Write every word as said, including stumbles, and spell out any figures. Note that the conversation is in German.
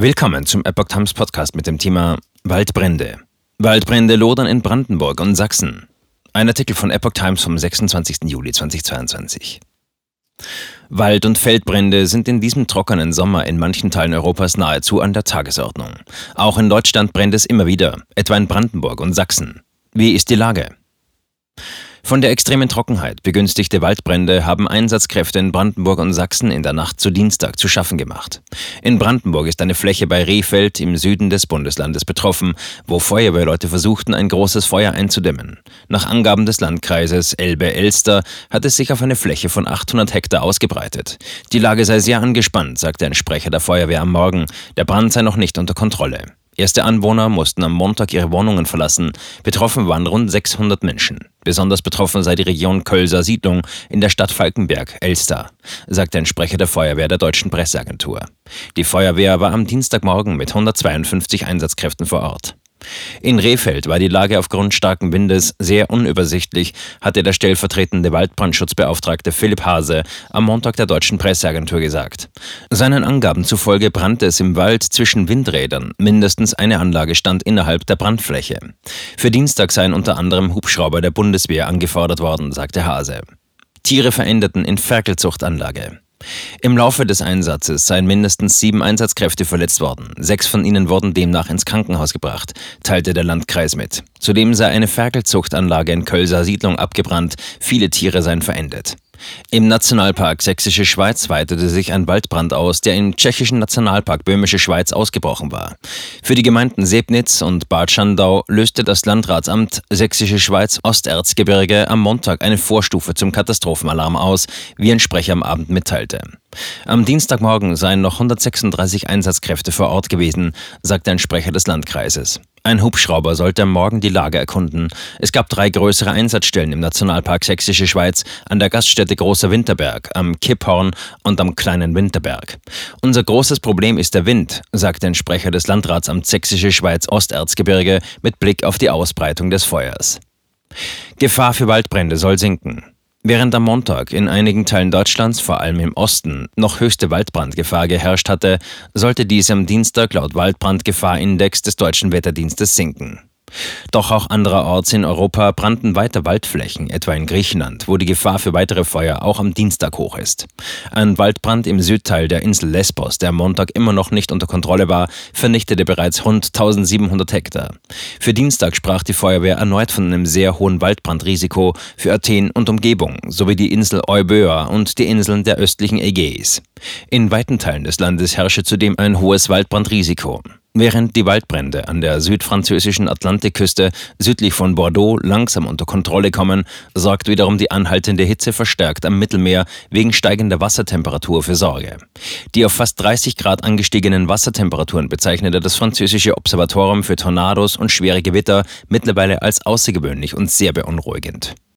Willkommen zum Epoch Times Podcast mit dem Thema Waldbrände. Waldbrände lodern in Brandenburg und Sachsen. Ein Artikel von Epoch Times vom sechsundzwanzigsten Juli zweitausendzweiundzwanzig. Wald- und Feldbrände sind in diesem trockenen Sommer in manchen Teilen Europas nahezu an der Tagesordnung. Auch in Deutschland brennt es immer wieder, etwa in Brandenburg und Sachsen. Wie ist die Lage? Von der extremen Trockenheit begünstigte Waldbrände haben Einsatzkräfte in Brandenburg und Sachsen in der Nacht zu Dienstag zu schaffen gemacht. In Brandenburg ist eine Fläche bei Rehfeld im Süden des Bundeslandes betroffen, wo Feuerwehrleute versuchten, ein großes Feuer einzudämmen. Nach Angaben des Landkreises Elbe-Elster hat es sich auf eine Fläche von achthundert Hektar ausgebreitet. Die Lage sei sehr angespannt, sagte ein Sprecher der Feuerwehr am Morgen. Der Brand sei noch nicht unter Kontrolle. Erste Anwohner mussten am Montag ihre Wohnungen verlassen. Betroffen waren rund sechshundert Menschen. Besonders betroffen sei die Region Kölser Siedlung in der Stadt Falkenberg-Elster, sagte ein Sprecher der Feuerwehr der Deutschen Presseagentur. Die Feuerwehr war am Dienstagmorgen mit hundertzweiundfünfzig Einsatzkräften vor Ort. In Rehfeld war die Lage aufgrund starken Windes sehr unübersichtlich, hatte der stellvertretende Waldbrandschutzbeauftragte Philipp Hase am Montag der Deutschen Presseagentur gesagt. Seinen Angaben zufolge brannte es im Wald zwischen Windrädern. Mindestens eine Anlage stand innerhalb der Brandfläche. Für Dienstag seien unter anderem Hubschrauber der Bundeswehr angefordert worden, sagte Hase. Tiere verendeten in Ferkelzuchtanlage. Im Laufe des Einsatzes seien mindestens sieben Einsatzkräfte verletzt worden. Sechs von ihnen wurden demnach ins Krankenhaus gebracht, teilte der Landkreis mit. Zudem sei eine Ferkelzuchtanlage in Kölser Siedlung abgebrannt. Viele Tiere seien verendet. Im Nationalpark Sächsische Schweiz weitete sich ein Waldbrand aus, der im tschechischen Nationalpark Böhmische Schweiz ausgebrochen war. Für die Gemeinden Sebnitz und Bad Schandau löste das Landratsamt Sächsische Schweiz Osterzgebirge am Montag eine Vorstufe zum Katastrophenalarm aus, wie ein Sprecher am Abend mitteilte. Am Dienstagmorgen seien noch hundertsechsunddreißig Einsatzkräfte vor Ort gewesen, sagte ein Sprecher des Landkreises. Ein Hubschrauber sollte am Morgen die Lage erkunden. Es gab drei größere Einsatzstellen im Nationalpark Sächsische Schweiz, an der Gaststätte Großer Winterberg, am Kipphorn und am Kleinen Winterberg. Unser großes Problem ist der Wind, sagte ein Sprecher des Landratsamts Sächsische Schweiz Osterzgebirge mit Blick auf die Ausbreitung des Feuers. Gefahr für Waldbrände soll sinken. Während am Montag in einigen Teilen Deutschlands, vor allem im Osten, noch höchste Waldbrandgefahr geherrscht hatte, sollte diese am Dienstag laut Waldbrandgefahrindex des Deutschen Wetterdienstes sinken. Doch auch andererorts in Europa brannten weiter Waldflächen, etwa in Griechenland, wo die Gefahr für weitere Feuer auch am Dienstag hoch ist. Ein Waldbrand im Südteil der Insel Lesbos, der am Montag immer noch nicht unter Kontrolle war, vernichtete bereits rund eintausendsiebenhundert Hektar. Für Dienstag sprach die Feuerwehr erneut von einem sehr hohen Waldbrandrisiko für Athen und Umgebung, sowie die Insel Euböa und die Inseln der östlichen Ägäis. In weiten Teilen des Landes herrsche zudem ein hohes Waldbrandrisiko. Während die Waldbrände an der südfranzösischen Atlantikküste südlich von Bordeaux langsam unter Kontrolle kommen, sorgt wiederum die anhaltende Hitze verstärkt am Mittelmeer wegen steigender Wassertemperatur für Sorge. Die auf fast dreißig Grad angestiegenen Wassertemperaturen bezeichnete das französische Observatorium für Tornados und schwere Gewitter mittlerweile als außergewöhnlich und sehr beunruhigend.